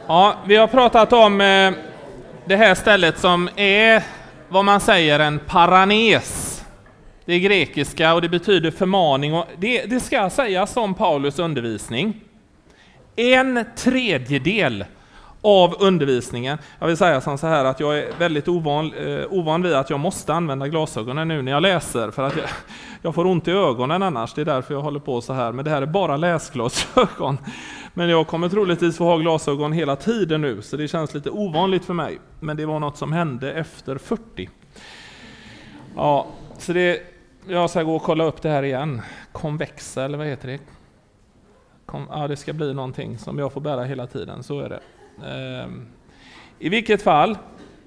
Ja, vi har pratat om det här stället som är vad man säger en paranes. Det är grekiska och det betyder förmaning. Och det ska sägas som Paulus undervisning. 1/3 av undervisningen. Jag vill säga som så här att jag är väldigt ovan vid att jag måste använda glasögonen nu när jag läser. För att jag får ont i ögonen annars. Det är därför jag håller på så här. Men det här är bara läsglasögon. Men jag kommer troligtvis få ha glasögon hela tiden nu. Så det känns lite ovanligt för mig. Men det var något som hände efter 40. Ja, så jag ska gå och kolla upp det här igen. Konvexa, eller vad heter det? Ja, det ska bli någonting som jag får bära hela tiden, så är det. I vilket fall,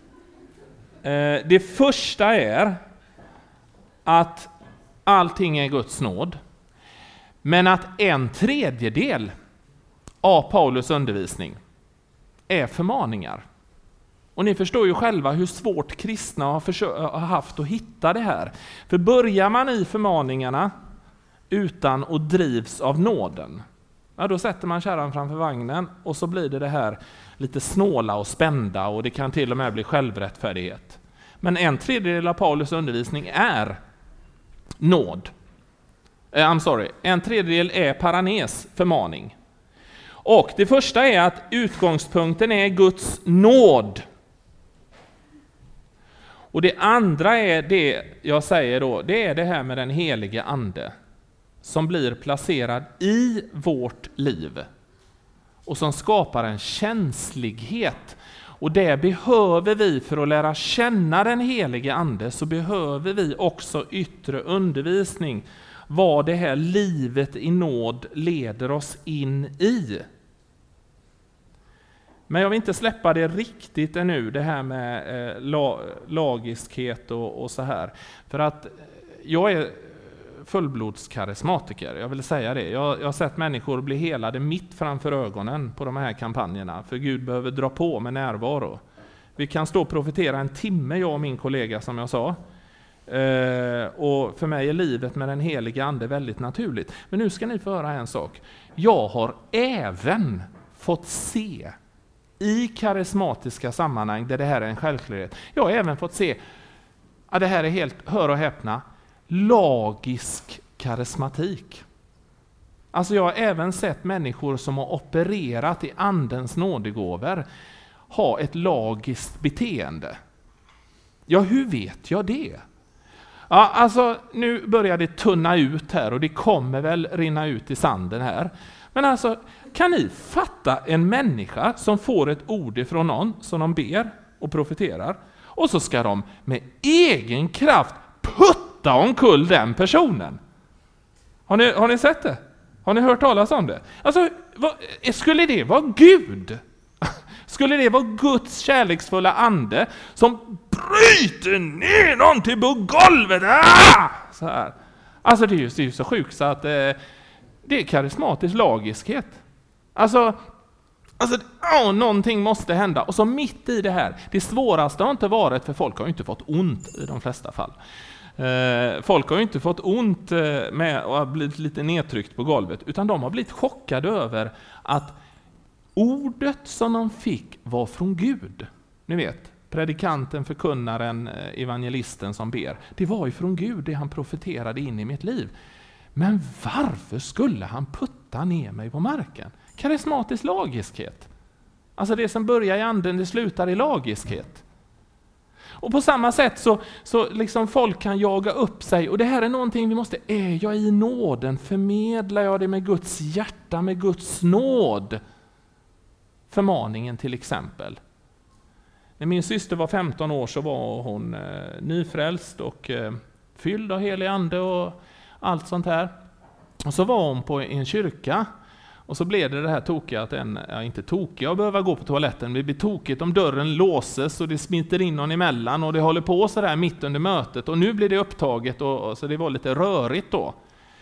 det första är att allting är Guds nåd. Men att 1/3 av Paulus undervisning är förmaningar. Och ni förstår ju själva hur svårt kristna har haft att hitta det här. För börjar man i förmaningarna utan och drivs av nåden, ja, då sätter man kärran framför vagnen och så blir det här lite snåla och spända och det kan till och med bli självrättfärdighet. Men 1/3 av Paulus undervisning är nåd. 1/3 är paranes, förmaning. Och det första är att utgångspunkten är Guds nåd. Och det andra är det jag säger då, det är det här med den helige ande som blir placerad i vårt liv och som skapar en känslighet. Och det behöver vi för att lära känna den helige ande, så behöver vi också yttre undervisning vad det här livet i nåd leder oss in i. Men jag vill inte släppa det riktigt ännu, det här med lagiskhet och så här. För att jag är fullblodskarismatiker, jag vill säga det. Jag har sett människor bli helade mitt framför ögonen på de här kampanjerna. För Gud behöver dra på med närvaro. Vi kan stå och profetera en timme, jag och min kollega, som jag sa. Och för mig är livet med den heliga ande väldigt naturligt. Men nu ska ni få höra en sak. Jag har även fått se i karismatiska sammanhang där det här är en självklarhet. Jag har även fått se att det här är helt, hör och häpna, lagisk karismatik. Alltså jag har även sett människor som har opererat i andens nådegåvor ha ett lagiskt beteende. Ja, hur vet jag det? Ja, alltså nu börjar det tunna ut här och det kommer väl rinna ut i sanden här. Men alltså, kan ni fatta en människa som får ett ord ifrån någon som de ber och profeterar och så ska de med egen kraft putta omkull den personen? Har ni sett det? Har ni hört talas om det? Alltså, skulle det vara Gud? Skulle det vara Guds kärleksfulla ande som bryter ner någonting på golvet? Så här. Alltså det är ju så sjukt så att det är karismatisk lagiskhet. Alltså någonting måste hända. Och så mitt i det här, det svåraste har inte varit, för folk har ju inte fått ont i de flesta fall. Folk har ju inte fått ont med och har blivit lite nedtryckt på golvet, utan de har blivit chockade över att ordet som de fick var från Gud. Ni vet, predikanten, förkunnaren, evangelisten som ber. Det var ju från Gud det han profeterade in i mitt liv. Men varför skulle han putta ner mig på marken? Karismatisk lagiskhet. Alltså det som börjar i anden, det slutar i lagiskhet. Och på samma sätt så liksom folk kan jaga upp sig. Och det här är någonting vi måste, är jag i nåden? Förmedlar jag det med Guds hjärta, med Guds nåd? Förmaningen till exempel. När min syster var 15 år så var hon nyfrälst och fylld av helig ande och allt sånt här. Och så var hon på en kyrka. Och så blev det här tokiga att inte tokiga att behöva gå på toaletten. Det blir tokigt om dörren låses och det smiter in någon emellan och det håller på så där mitt under mötet. Och nu blir det upptaget och så det var lite rörigt då.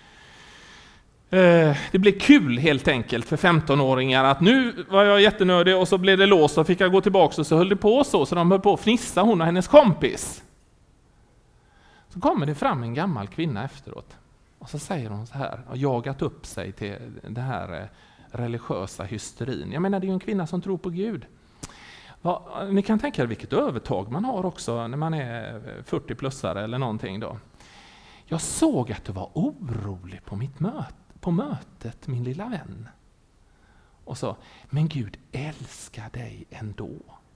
Det blev kul helt enkelt för 15-åringar att nu var jag jättenödig och så blev det låst och fick jag gå tillbaka och så höll det på så de höll på att fnissa, hon och hennes kompis. Så kommer det fram en gammal kvinna efteråt och så säger hon så här, har jagat upp sig till det här religiösa hysterin. Jag menar, det är ju en kvinna som tror på Gud. Ni kan tänka er vilket övertag man har också när man är 40-plussare eller någonting då. Jag såg att du var orolig på mötet, min lilla vän. Och så, men Gud älskar dig ändå.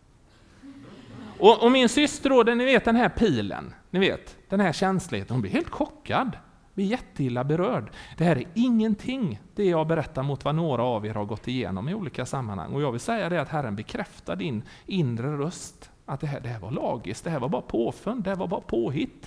Och min syster då, ni vet den här pilen, ni vet, den här känsligheten, hon blir helt chockad. Blir jätteilla berörd. Det här är ingenting, det jag berättar mot vad några av er har gått igenom i olika sammanhang. Och jag vill säga det att Herren bekräftar din inre röst. Att det här var lagiskt, det här var bara påfund, det här var bara påhitt.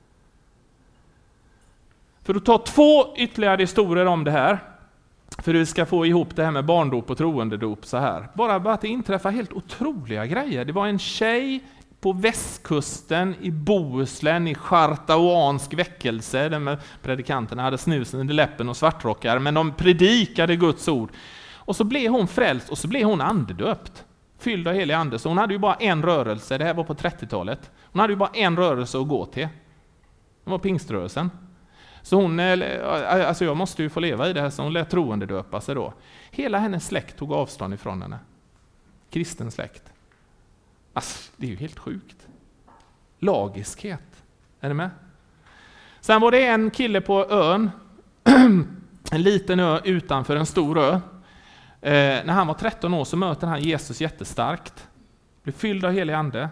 För att ta 2 ytterligare historier om det här. För du ska få ihop det här med barndop och troendedop så här. Bara att det inträffar helt otroliga grejer. Det var en tjej på västkusten i Bohuslän i chartauansk väckelse. Där med predikanterna hade snusen i läppen och svartrockar. Men de predikade Guds ord. Och så blev hon frälst och så blev hon andedöpt. Fylld av helig ande. Så hon hade ju bara en rörelse. Det här var på 30-talet. Hon hade ju bara en rörelse att gå till. Det var pingströrelsen. Så hon, alltså jag måste ju få leva i det här, så hon lät troende döpa sig då. Hela hennes släkt tog avstånd ifrån henne. Kristen släkt. Alltså, det är ju helt sjukt. Lagiskhet. Är ni med? Sen var det en kille på ön. En liten ö utanför en stor ö. När han var 13 år så möter han Jesus jättestarkt. Blir fylld av helig ande.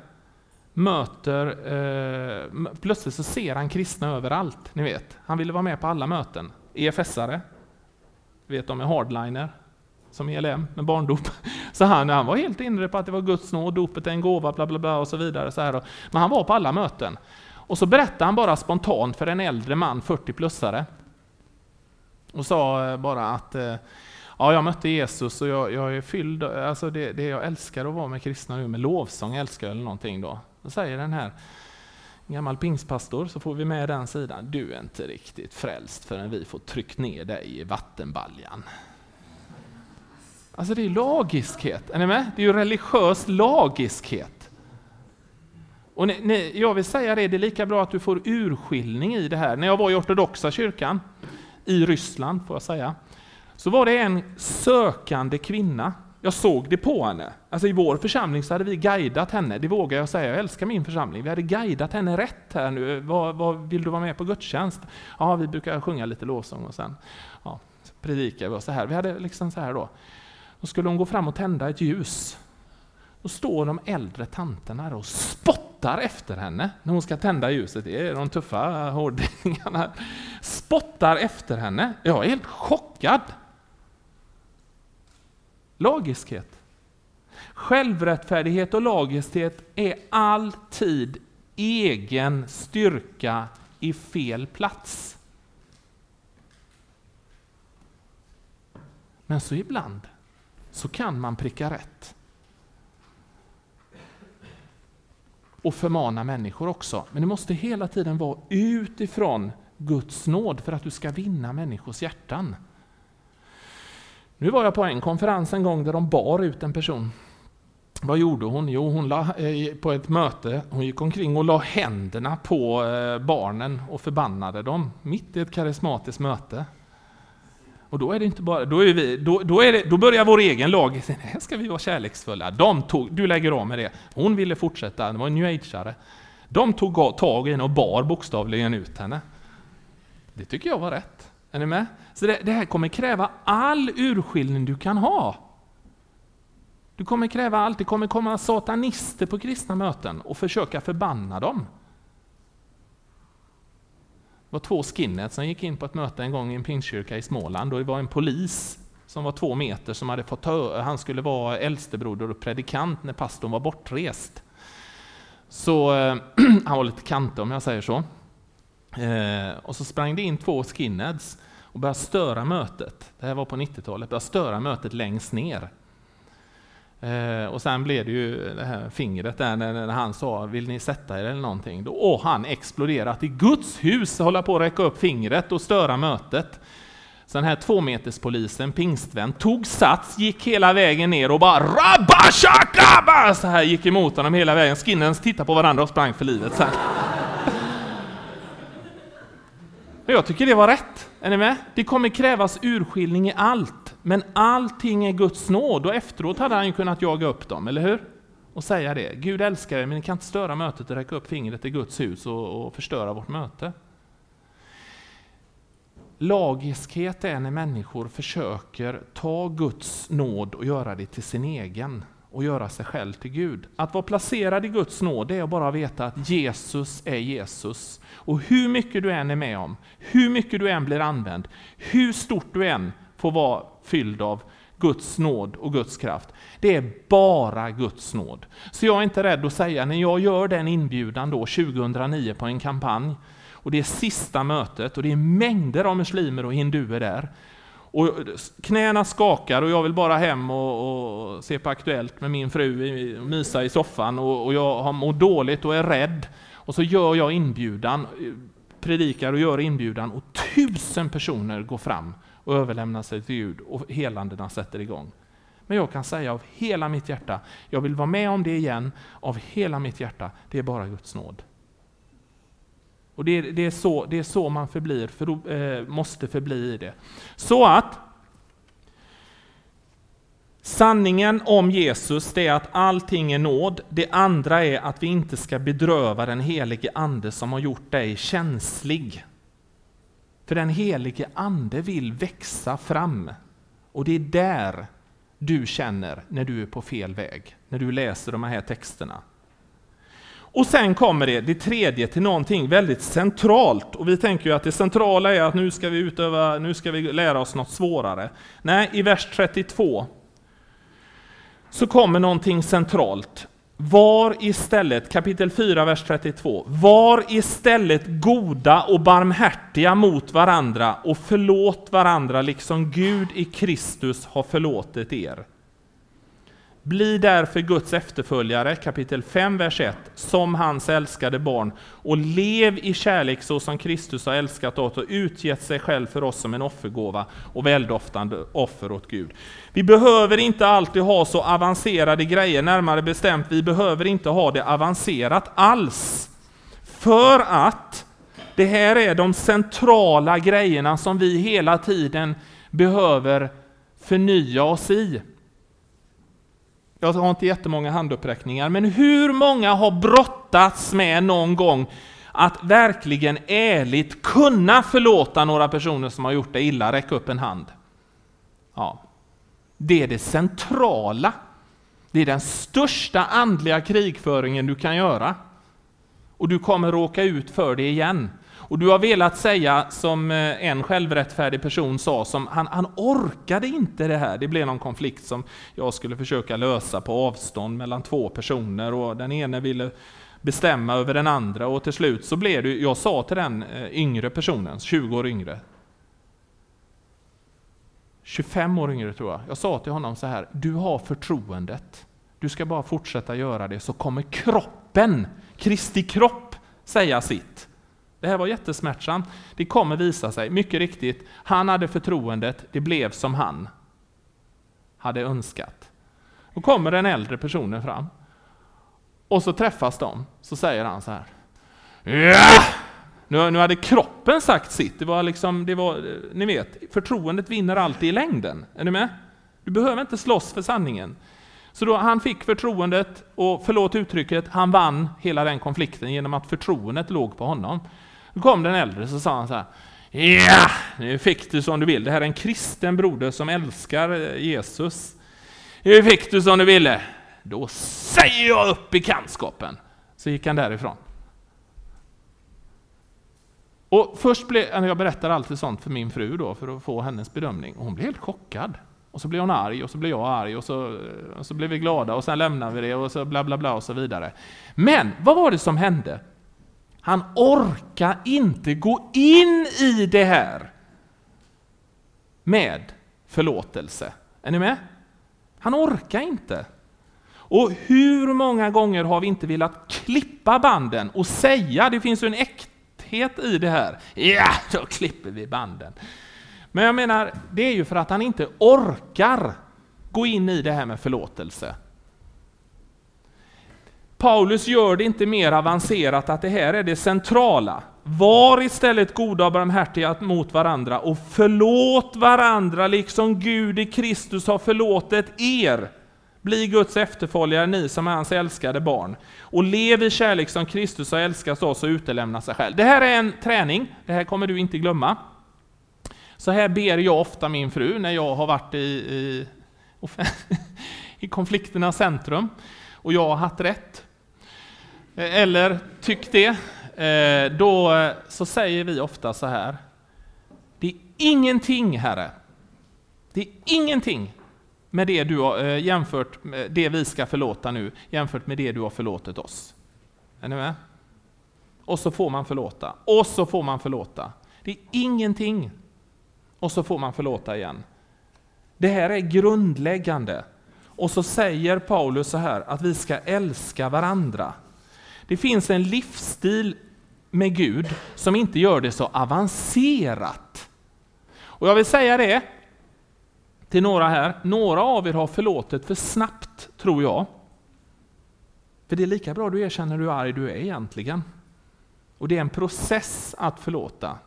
Plötsligt så ser han kristna överallt, ni vet. Han ville vara med på alla möten. EFS-are, vet de är hardliner, som ELM med barndop. Så han var helt inne på att det var Guds nåd, dopet är en gåva, bla bla bla och så vidare. Så här. Men han var på alla möten. Och så berättade han bara spontant för en äldre man, 40-plussare. Och sa bara att ja, jag mötte Jesus och jag är fylld, alltså det jag älskar att vara med kristna nu, med lovsång älskar eller någonting då. Då säger den här gammal pingstpastor, så får vi med den sidan, du är inte riktigt frälst förrän vi får tryckt ner dig i vattenbaljan. Alltså det är lagiskhet, är ni med? Det är ju religiös lagiskhet. Och jag vill säga det är lika bra att du får urskiljning i det här. När jag var i ortodoxa kyrkan, i Ryssland får jag säga, så var det en sökande kvinna. Jag såg det på henne. Alltså i vår församling så hade vi guidat henne. Det vågar jag säga. Jag älskar min församling. Vi hade guidat henne rätt här nu. Vad vill du vara med på gudstjänst? Ja, vi brukar sjunga lite lovsång och sen predikar vi och så här. Vi hade liksom så här då. Då skulle hon gå fram och tända ett ljus. Då står de äldre tanterna och spottar efter henne när hon ska tända ljuset. Det är de tuffa hårdingarna. Spottar efter henne. Jag är helt chockad. Lagiskhet. Självrättfärdighet och lagiskhet är alltid egen styrka i fel plats. Men så ibland så kan man pricka rätt. Och förmana människor också. Men det måste hela tiden vara utifrån Guds nåd för att du ska vinna människors hjärtan. Nu var jag på en konferens en gång där de bar ut en person. Vad gjorde hon? Jo, hon på ett möte, hon gick omkring och la händerna på barnen och förbannade dem mitt i ett karismatiskt möte. Och då är det inte bara, då börjar vår egen lag, här ska vi vara kärleksfulla. Du lägger av med det. Hon ville fortsätta, det var en new age-are. De tog tag i henne och bar bokstavligen ut henne. Det tycker jag var rätt. Är ni med? Så det här kommer kräva all urskiljning du kan ha. Du kommer kräva allt. Det kommer komma satanister på kristna möten och försöka förbanna dem. Det var 2 skinheads som gick in på ett möte en gång i en pingstkyrka i Småland. Och det var en polis som var 2 meter som hade fått han skulle vara äldstebroder och predikant när pastorn var bortrest. Så han var lite kantig om jag säger så. Och så sprang det in 2 skinheads och började störa mötet. Det här var på 90-talet. Började störa mötet längst ner. Och sen blev det ju det här fingret där när han sa, vill ni sätta er eller någonting? Då han exploderat i Guds hus, hålla på att räcka upp fingret och störa mötet. Så den här 2-meterspolisen, pingstvän, tog sats, gick hela vägen ner och bara rabashakaba! Så här gick emot honom hela vägen. Skinnens tittade på varandra och sprang för livet sen. Jag tycker det var rätt. Är ni med? Det kommer krävas urskiljning i allt. Men allting är Guds nåd. Och efteråt hade han ju kunnat jaga upp dem, eller hur? Och säga det. Gud älskar er, men ni kan inte störa mötet och räcka upp fingret i Guds hus och förstöra vårt möte. Lagiskhet är när människor försöker ta Guds nåd och göra det till sin egen. Och göra sig själv till Gud. Att vara placerad i Guds nåd är att bara veta att Jesus är Jesus. Och hur mycket du än är med om, hur mycket du än blir använd, hur stort du än får vara fylld av Guds nåd och Guds kraft. Det är bara Guds nåd. Så jag är inte rädd att säga, när jag gör den inbjudan då 2009 på en kampanj, och det är sista mötet och det är mängder av muslimer och hinduer där. Och knäna skakar och jag vill bara hem och se på Aktuellt med min fru och mysa i soffan och jag har mått dåligt och är rädd. Och så gör jag inbjudan, predikar och gör inbjudan och 1000 personer går fram och överlämnar sig till Gud och helandena sätter igång. Men jag kan säga av hela mitt hjärta, jag vill vara med om det igen av hela mitt hjärta, det är bara Guds nåd. Och det är så man måste förbli i det. Så att sanningen om Jesus, det är att allting är nåd. Det andra är att vi inte ska bedröva den helige ande som har gjort dig känslig. För den helige ande vill växa fram. Och det är där du känner när du är på fel väg. När du läser de här texterna. Och sen kommer det tredje till någonting väldigt centralt. Och vi tänker ju att det centrala är att nu ska vi lära oss något svårare. Nej, i vers 32 så kommer någonting centralt. Var istället, kapitel 4, vers 32. Var istället goda och barmhärtiga mot varandra och förlåt varandra liksom Gud i Kristus har förlåtit er. Bli därför Guds efterföljare, kapitel 5, vers 1, som hans älskade barn och lev i kärlek så som Kristus har älskat oss och utgett sig själv för oss som en offergåva och väldoftande offer åt Gud. Vi behöver inte alltid ha så avancerade grejer, närmare bestämt, vi behöver inte ha det avancerat alls. För att det här är de centrala grejerna som vi hela tiden behöver förnya oss i. Jag har inte jättemånga handuppräckningar, men hur många har brottats med någon gång att verkligen ärligt kunna förlåta några personer som har gjort det illa? Räck upp en hand. Ja. Det är det centrala. Det är den största andliga krigföringen du kan göra. Och du kommer råka ut för det igen. Och du har velat säga som en självrättfärdig person sa, som han orkade inte det här. Det blev någon konflikt som jag skulle försöka lösa på avstånd mellan två personer och den ene ville bestämma över den andra och till slut så blev det, jag sa till den yngre personen, 20 år yngre, 25 år yngre tror jag sa till honom så här: du har förtroendet, du ska bara fortsätta göra det så kommer kroppen, Kristi kropp, säga sitt. Det här var jättesmärtsamt. Det kommer visa sig, mycket riktigt, han hade förtroendet, det blev som han hade önskat. Då kommer den äldre personen fram och så träffas de, så säger han så här: ja! Nu hade kroppen sagt sitt. Det var, ni vet, förtroendet vinner alltid i längden. Är ni med? Du behöver inte slåss för sanningen. Så då han fick förtroendet och, förlåt uttrycket, han vann hela den konflikten genom att förtroendet låg på honom. Då kom den äldre så sa han så här: ja, nu fick du som du vill. Det här är en kristen broder som älskar Jesus. Nu fick du som du ville. Då säger jag upp bekantskapen. Så gick han därifrån. Och först jag berättar alltid sånt för min fru då för att få hennes bedömning. Och hon blev helt chockad. Och så blev hon arg och så blev jag arg och så blev vi glada och sen lämnade vi det och så bla bla bla och så vidare. Men vad var det som hände? Han orkar inte gå in i det här med förlåtelse. Är ni med? Han orkar inte. Och hur många gånger har vi inte velat klippa banden och säga, det finns ju en äkthet i det här. Ja, då klipper vi banden. Men jag menar, det är ju för att han inte orkar gå in i det här med förlåtelse. Paulus gör det inte mer avancerat att det här är det centrala. Var istället goda och barmhärtiga mot varandra och förlåt varandra liksom Gud i Kristus har förlåtit er. Bli Guds efterföljare, ni som är hans älskade barn. Och lev i kärlek som Kristus har älskat oss och utelämnat sig själv. Det här är en träning, det här kommer du inte glömma. Så här ber jag ofta min fru när jag har varit i konflikternas centrum. Och jag har haft rätt. Eller tyckt det. Då så säger vi ofta så här: det är ingenting, Herre. Det är ingenting med det du har jämfört med det vi ska förlåta nu, jämfört med det du har förlåtit oss. Är ni med? Och så får man förlåta. Och så får man förlåta. Det är ingenting. Och så får man förlåta igen. Det här är grundläggande. Och så säger Paulus så här att vi ska älska varandra. Det finns en livsstil med Gud som inte gör det så avancerat. Och jag vill säga det till några här. Några av er har förlåtit för snabbt, tror jag. För det är lika bra du erkänner hur arg du är egentligen. Och det är en process att förlåta.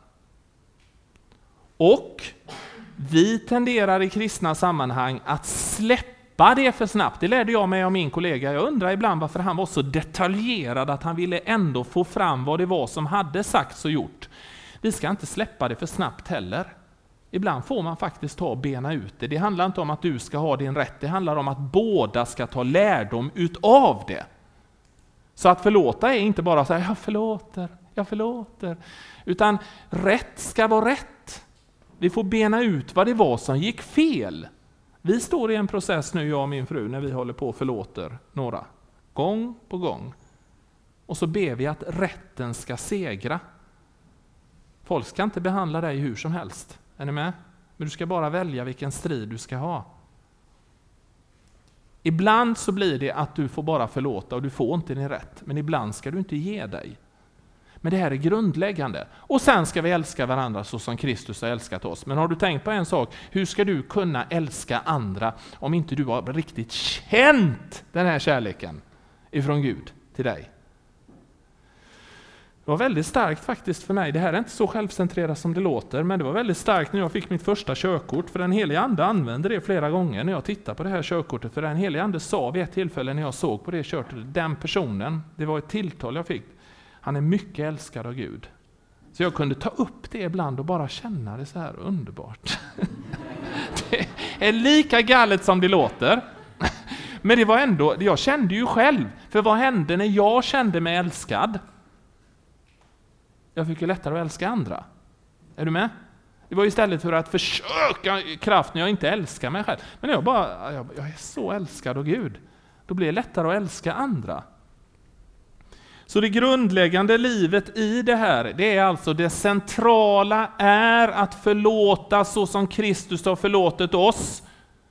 Och vi tenderar i kristna sammanhang att släppa det för snabbt. Det lärde jag mig av min kollega. Jag undrar ibland varför han var så detaljerad att han ville ändå få fram vad det var som hade sagts och gjort. Vi ska inte släppa det för snabbt heller. Ibland får man faktiskt ta och bena ut det. Det handlar inte om att du ska ha din rätt. Det handlar om att båda ska ta lärdom utav det. Så att förlåta är inte bara så här, jag förlåter. Utan rätt ska vara rätt. Vi får bena ut vad det var som gick fel. Vi står i en process nu, jag och min fru, när vi håller på och förlåter några. Gång på gång. Och så ber vi att rätten ska segra. Folk ska inte behandla dig hur som helst. Är ni med? Men du ska bara välja vilken strid du ska ha. Ibland så blir det att du får bara förlåta och du får inte din rätt. Men ibland ska du inte ge dig. Men det här är grundläggande. Och sen ska vi älska varandra så som Kristus har älskat oss. Men har du tänkt på en sak? Hur ska du kunna älska andra om inte du har riktigt känt den här kärleken ifrån Gud till dig? Det var väldigt starkt faktiskt för mig. Det här är inte så självcentrerat som det låter, men det var väldigt starkt när jag fick mitt första körkort. För den helige ande använde det flera gånger när jag tittade på det här körkortet. För den helige ande sa vid ett tillfälle när jag såg på det körkortet, den personen, det var ett tilltal jag fick, han är mycket älskad av Gud. Så jag kunde ta upp det ibland och bara känna det så här underbart. Det är lika galet som det låter. Men det var ändå, jag kände ju själv. För vad hände när jag kände mig älskad? Jag fick ju lättare att älska andra. Är du med? Det var istället för att försöka kraft när jag inte älskar mig själv. Men jag är så älskad av Gud. Då blir det lättare att älska andra. Så det grundläggande livet i det här, det är alltså det centrala är att förlåta så som Kristus har förlåtit oss.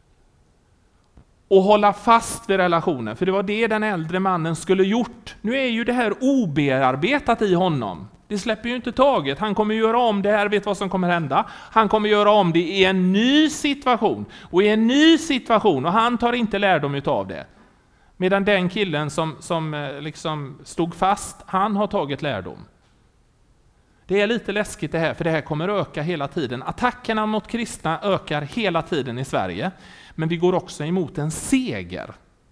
Och hålla fast vid relationen. För det var det den äldre mannen skulle gjort. Nu är ju det här obearbetat i honom. Det släpper ju inte taget. Han kommer göra om det här, vet vad som kommer hända. Han kommer göra om det i en ny situation. Och i en ny situation. Och han tar inte lärdom utav det. Medan den killen som liksom stod fast, han har tagit lärdom. Det är lite läskigt det här, för det här kommer öka hela tiden. Attackerna mot kristna ökar hela tiden i Sverige. Men vi går också emot en seger.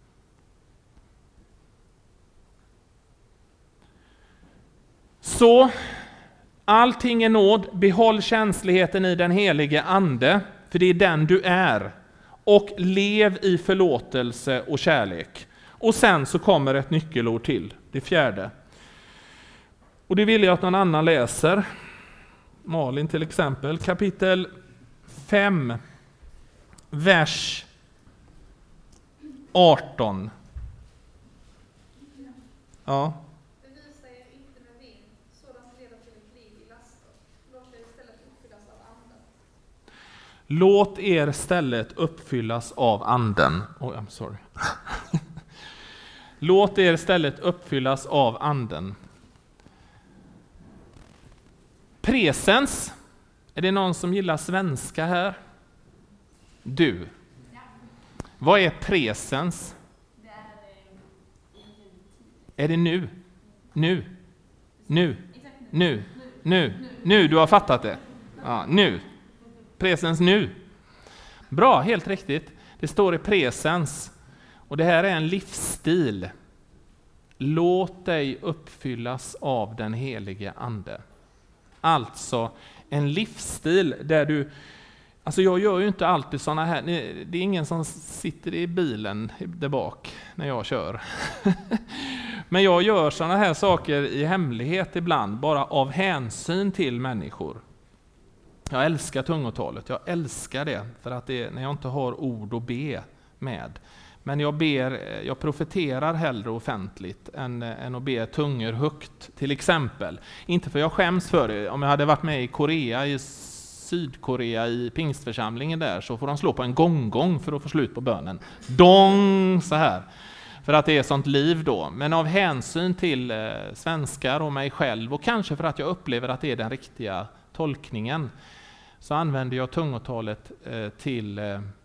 Så, allting är nåd. Behåll känsligheten i den helige ande, för det är den du är. Och lev i förlåtelse och kärlek. Och sen så kommer ett nyckelord till, det fjärde. Och det vill jag att någon annan läser. Malin till exempel. Kapitel 5, vers 18. Ja. Bevisa er inte med vin, sådant leder till ett liv i laster. Låt er istället uppfyllas av anden. Låt er istället uppfyllas av anden. Oh, I'm sorry. Låt er istället uppfyllas av anden. Presens. Är det någon som gillar svenska här? Du. Vad är presens? Är det nu? Nu. Nu, du har fattat det. Ja, nu. Presens nu. Bra, helt riktigt. Det står i presens. Och det här är en livsstil. Låt dig uppfyllas av den helige ande. Alltså en livsstil där du... Alltså jag gör ju inte alltid sådana här... Det är ingen som sitter i bilen där bak när jag kör. Men jag gör sådana här saker i hemlighet ibland, bara av hänsyn till människor. Jag älskar tungotalet, jag älskar det, för att det är när jag inte har ord att be med. Men jag profeterar hellre offentligt än att be tungor högt, till exempel. Inte för jag skäms för det. Om jag hade varit med i Korea, i Sydkorea, i pingstförsamlingen där, så får de slå på en gongong för att få slut på bönen. Dong, så här. För att det är sånt liv då. Men av hänsyn till svenskar och mig själv, och kanske för att jag upplever att det är den riktiga tolkningen, så använder jag tungotalet till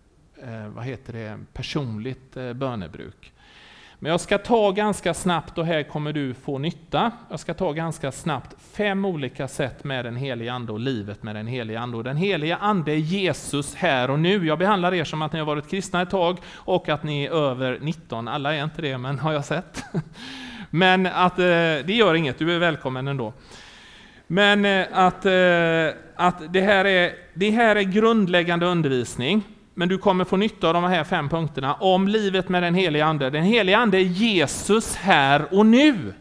personligt bönebruk. Men jag ska ta ganska snabbt, och här kommer du få nytta. Jag ska ta ganska snabbt 5 olika sätt med den helige ande och livet med den helige ande. Och den helige ande är Jesus här och nu. Jag behandlar er som att ni har varit kristna ett tag och att ni är över 19. Alla är inte det, men har jag sett. Men att det gör inget, du är välkommen ändå. Men att det här är grundläggande undervisning. Men du kommer få nytta av de här 5 punkterna om livet med den helige ande. Den helige ande är Jesus här och nu.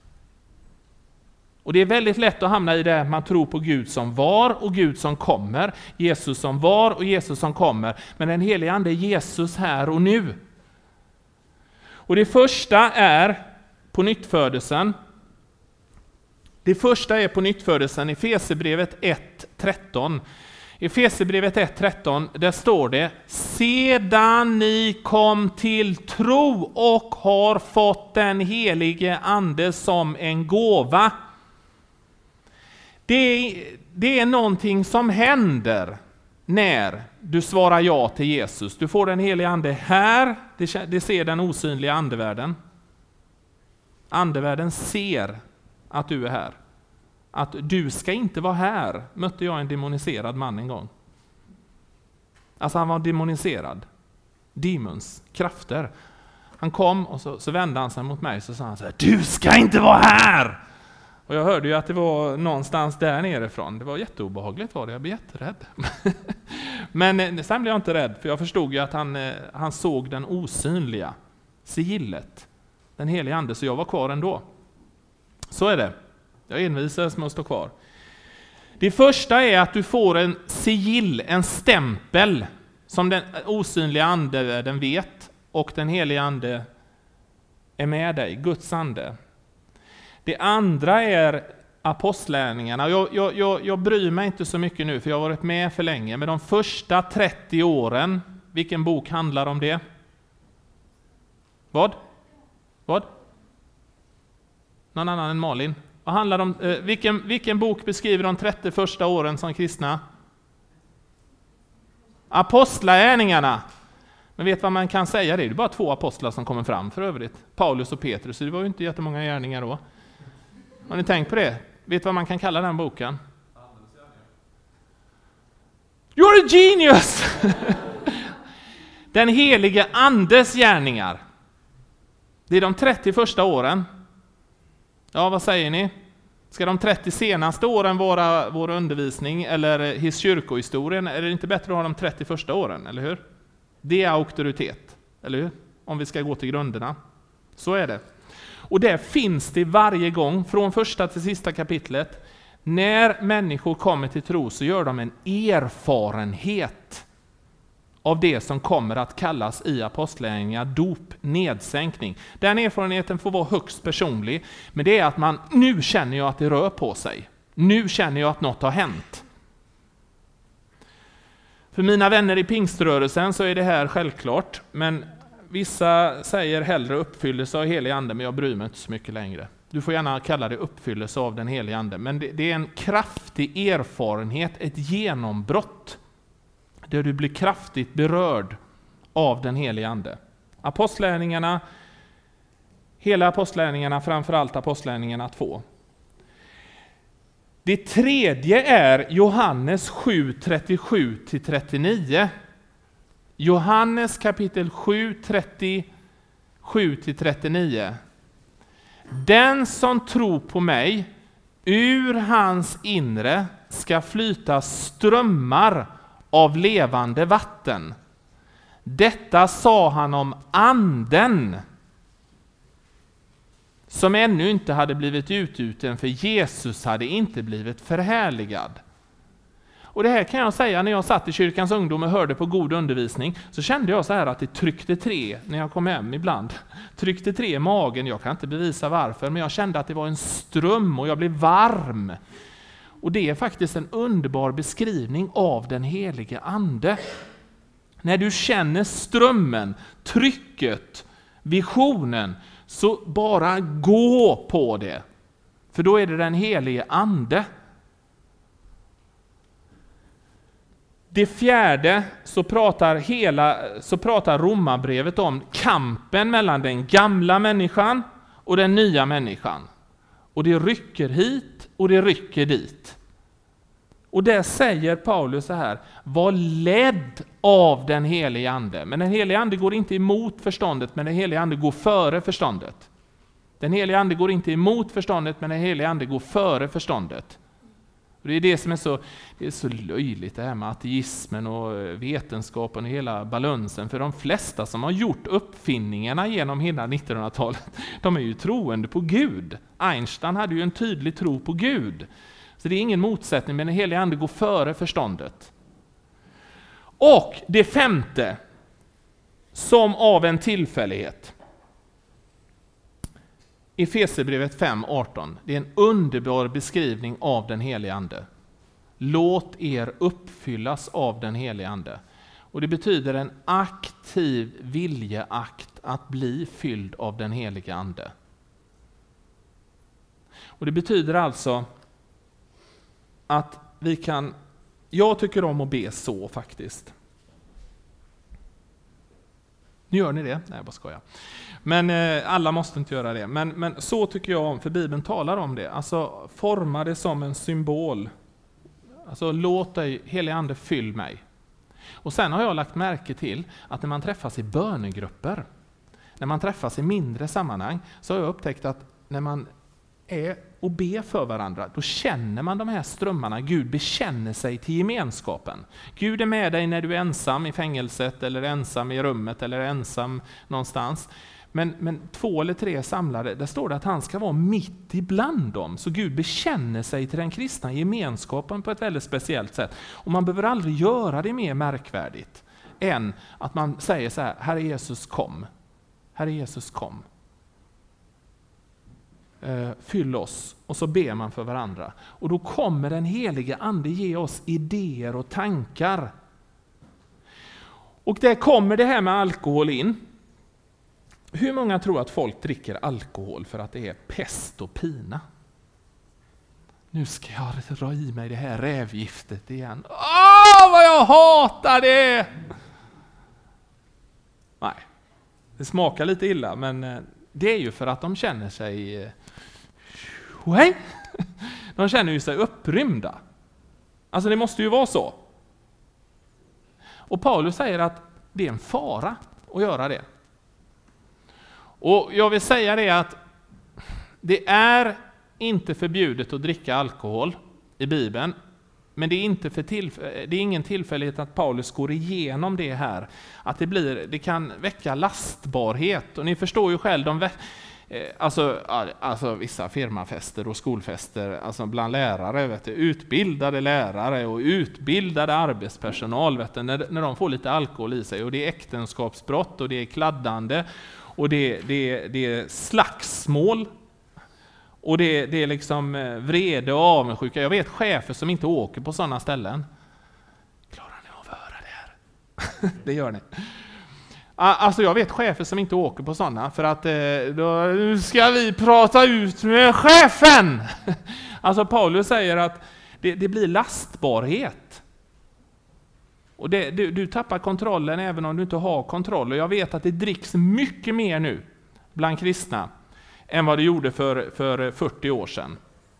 Och det är väldigt lätt att hamna i det man tror på Gud som var och Gud som kommer. Jesus som var och Jesus som kommer. Men den helige ande är Jesus här och nu. Och det första är på nyttfödelsen. Det första är på nyttfödelsen i Efesierbrevet 1:13. I Efesierbrevet 1:13, där står det: sedan ni kom till tro och har fått den helige ande som en gåva. Det är någonting som händer när du svarar ja till Jesus. Du får den helige ande här, det ser den osynliga andevärlden. Andevärlden ser att du är här. Att du ska inte vara här, mötte jag en demoniserad man en gång. Alltså han var demoniserad. Demons, krafter. Han kom och så vände han sig mot mig och så sa han så här: du ska inte vara här! Och jag hörde ju att det var någonstans där nerifrån. Det var jätteobehagligt var det, jag blev jätterädd. Men sen blev jag inte rädd, för jag förstod ju att han såg den osynliga sigillet, den helige ande, så jag var kvar ändå. Så är det. Jag envisas med att stå kvar. Det första är att du får en sigill, en stämpel, som den osynliga ande den vet, och den helige ande är med dig, Guds ande. Det andra är apostlärningarna. Jag bryr mig inte så mycket nu, för jag har varit med för länge. Men de första 30 åren, vilken bok handlar om det? Vad? Någon annan än Malin? Vad handlar om, vilken bok beskriver de 30 första åren som kristna? Apostlagärningarna. Men vet vad man kan säga? Det är bara 2 apostlar som kommer fram för övrigt. Paulus och Petrus, så det var ju inte jättemånga gärningar då. Har ni tänkt på det? Vet vad man kan kalla den boken? You're a genius! Den helige andes gärningar. Det är de 30 första åren. Ja, vad säger ni? Ska de 30 senaste åren vara vår undervisning eller kyrkohistorien? Är det inte bättre att ha de 30 första åren, eller hur? Det är auktoritet, eller hur? Om vi ska gå till grunderna. Så är det. Och där finns det varje gång, från första till sista kapitlet, när människor kommer till tro så gör de en erfarenhet av det som kommer att kallas i apostlagärningarna dop, nedsänkning. Den erfarenheten får vara högst personlig, men det är att nu känner jag att det rör på sig. Nu känner jag att något har hänt. För mina vänner i pingströrelsen så är det här självklart, men vissa säger hellre uppfyllelse av helig ande, men jag bryr mig inte så mycket längre. Du får gärna kalla det uppfyllelse av den helige ande, men det är en kraftig erfarenhet, ett genombrott där du blir kraftigt berörd av den helige ande. Apostlärningarna, hela apostlärningarna, framförallt apostlärningarna 2. Det tredje är Johannes 7:37-39. Johannes kapitel 7:37-39. Den som tror på mig, ur hans inre ska flyta strömmar av levande vatten. Detta sa han om anden, som ännu inte hade blivit utgjuten, för Jesus hade inte blivit förhärligad. Och det här kan jag säga, när jag satt i kyrkans ungdom och hörde på god undervisning, så kände jag så här att det tryckte tre när jag kom hem ibland. Tryckte tre i magen, jag kan inte bevisa varför, men jag kände att det var en ström och jag blev varm. Och det är faktiskt en underbar beskrivning av den helige ande. När du känner strömmen, trycket, visionen, så bara gå på det. För då är det den helige ande. Det fjärde så pratar Romarbrevet om kampen mellan den gamla människan och den nya människan. Och det rycker hit och det rycker dit. Och där säger Paulus så här: var ledd av den helige ande. Men den helige ande går inte emot förståndet, men den helige ande går före förståndet. Den helige ande går inte emot förståndet, men den helige ande går före förståndet. Och det är det som är så löjligt, det här med ateismen och vetenskapen och hela balansen. För de flesta som har gjort uppfinningarna genom hela 1900-talet, de är ju troende på Gud. Einstein hade ju en tydlig tro på Gud. Så det är ingen motsättning, men den helige ande går före förståndet. Och det femte, som av en tillfällighet. Efesierbrevet 5:18. Det är en underbar beskrivning av den helige ande. Låt er uppfyllas av den helige ande. Och det betyder en aktiv viljeakt att bli fylld av den helige ande. Och det betyder alltså att vi kan, jag tycker om att be så faktiskt. Nu gör ni det? Nej, jag bara skojar. Men alla måste inte göra det. Men så tycker jag om, för Bibeln talar om det. Alltså forma det som en symbol. Alltså låt dig, helige ande, fyll mig. Och sen har jag lagt märke till att när man träffas i bönegrupper, när man träffas i mindre sammanhang, så har jag upptäckt att när man är och ber för varandra, då känner man de här strömmarna. Gud bekänner sig till gemenskapen. Gud är med dig när du är ensam i fängelset, eller ensam i rummet, eller ensam någonstans. Men 2 eller 3 samlade, där står det att han ska vara mitt ibland dem. Så Gud bekänner sig till den kristna gemenskapen på ett väldigt speciellt sätt. Och man behöver aldrig göra det mer märkvärdigt än att man säger så här: Herre Jesus kom. Herre Jesus kom. Fyll oss, och så ber man för varandra. Och då kommer den helige ande ge oss idéer och tankar. Och där kommer det här med alkohol in. Hur många tror att folk dricker alkohol för att det är pest och pina? Nu ska jag dra i mig det här rävgiftet igen. Vad jag hatar det! Nej, det smakar lite illa, men det är ju för att de känner sig... De känner ju sig upprymda. Alltså det måste ju vara så. Och Paulus säger att det är en fara att göra det. Och jag vill säga det att det är inte förbjudet att dricka alkohol i Bibeln. Men det är ingen tillfällighet att Paulus går igenom det här. Att det kan väcka lastbarhet. Och ni förstår ju själv, alltså vissa firmafester och skolfester, alltså bland lärare, utbildade lärare och utbildade arbetspersonal, när de får lite alkohol i sig. Och det är äktenskapsbrott och det är kladdande och det är slagsmål. Och det är liksom vrede och avundsjuka. Jag vet chefer som inte åker på sådana ställen. Klarar ni av att höra det här? Det gör ni. Alltså jag vet chefer som inte åker på sådana. För att då ska vi prata ut med chefen. Alltså Paulus säger att det blir lastbarhet. Och du tappar kontrollen även om du inte har kontroll. Och jag vet att det dricks mycket mer nu bland kristna än vad det gjorde för 40 år sedan.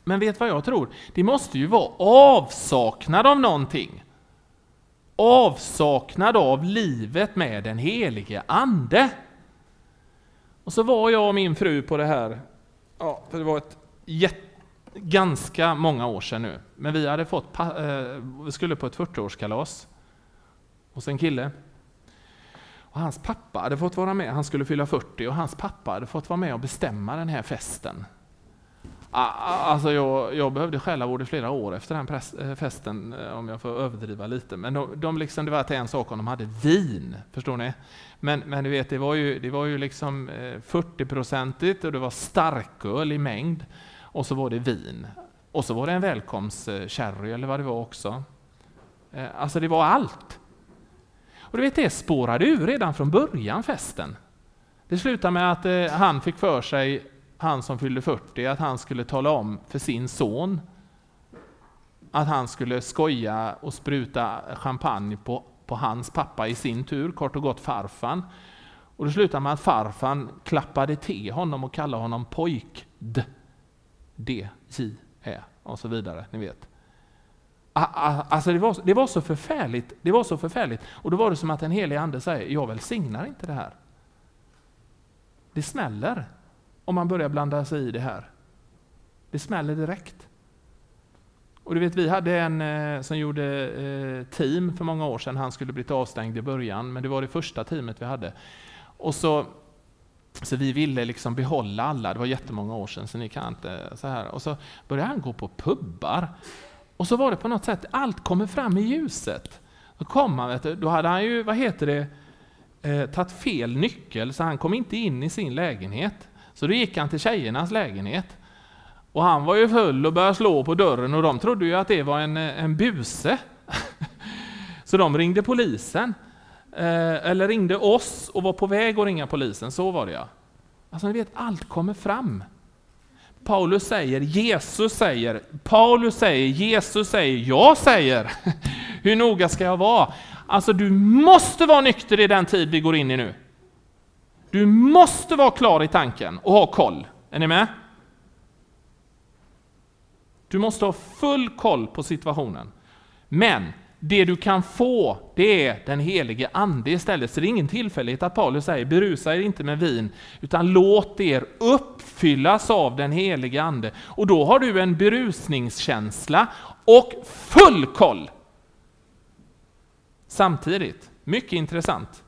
Men vet vad jag tror? Det måste ju vara avsaknad av någonting. Avsaknad av livet med den helige ande. Och så var jag och min fru på det här, för det var ganska många år sedan nu. Men vi hade vi skulle på ett 40-årskalas hos en kille. Och hans pappa hade fått vara med, han skulle fylla 40 och hans pappa hade fått vara med och bestämma den här festen. Alltså jag behövde skälla i flera år efter den festen, om jag får överdriva lite. Men de liksom, det var till en sak om de hade vin, förstår ni? Men du vet, det var ju liksom 40-procentigt och det var starköl i mängd. Och så var det vin. Och så var det en välkomstsherry eller vad det var också. Alltså det var allt. Och du vet, det spårade ur redan från början festen. Det slutade med att han fick för sig, han som fyllde 40, att han skulle tala om för sin son att han skulle skoja och spruta champagne på hans pappa i sin tur, kort och gott farfan. Och det slutade med att farfan klappade till honom och kallade honom pojk-d. D-J-E och så vidare, ni vet. Alltså det var så förfärligt. Det var så förfärligt. Och då var det som att en helig ande säger, jag välsignar inte det här. Det smäller om man börjar blanda sig i det här. Det smäller direkt. Och du vet, vi hade en som gjorde team för många år sedan. Han skulle bli avstängd i början, men det var det första teamet vi hade. Och så vi ville liksom behålla alla. Det var jättemånga år sedan, så ni kan inte så här. Och så började han gå på pubbar. Och så var det på något sätt, allt kommer fram i ljuset. Då hade han ju, tagit fel nyckel, så han kom inte in i sin lägenhet. Så då gick han till tjejernas lägenhet. Och han var ju full och började slå på dörren, och de trodde ju att det var en buse. Så de ringde polisen. Eller ringde oss och var på väg att ringa polisen, så var det ja. Alltså ni vet, allt kommer fram. Paulus säger, Jesus säger, Paulus säger, Jesus säger, jag säger. Hur noga ska jag vara? Alltså du måste vara nykter i den tid vi går in i nu. Du måste vara klar i tanken och ha koll. Är ni med? Du måste ha full koll på situationen. Men det du kan få, det är den helige ande istället. Så det är ingen tillfällighet att Paulus säger, berusa er inte med vin, utan låt er uppfyllas av den helige ande. Och då har du en berusningskänsla och full koll. Samtidigt, mycket intressant.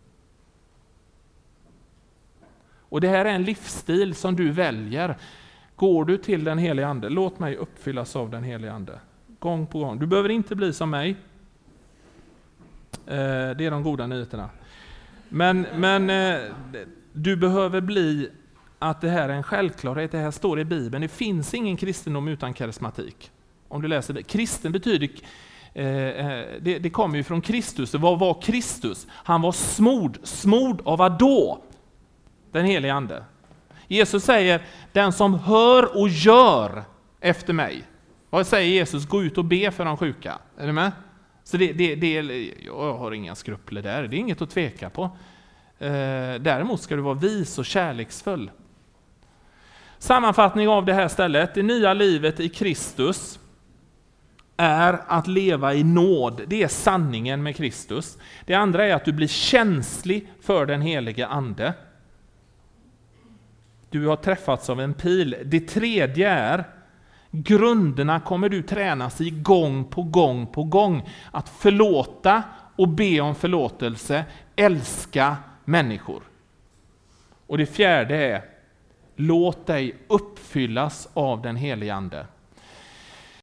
Och det här är en livsstil som du väljer. Går du till den helige ande, låt mig uppfyllas av den helige ande. Gång på gång. Du behöver inte bli som mig. Det är de goda nyheterna. Men du behöver bli att det här är en självklarhet. Det här står i Bibeln. Det finns ingen kristendom utan karismatik. Om du läser det. Kristen betyder, det kommer ju från Kristus. Vad var Kristus? Han var smord. Smord av vad då? Den helige ande. Jesus säger, den som hör och gör efter mig. Vad säger Jesus? Gå ut och be för de sjuka. Är du med? Så jag har inga skrupler där. Det är inget att tveka på. Däremot ska du vara vis och kärleksfull. Sammanfattning av det här stället. Det nya livet i Kristus är att leva i nåd. Det är sanningen med Kristus. Det andra är att du blir känslig för den helige ande. Du har träffats av en pil. Det tredje är, grunderna kommer du tränas i gång på gång på gång. Att förlåta och be om förlåtelse. Älska människor. Och det fjärde är, låt dig uppfyllas av den helige ande.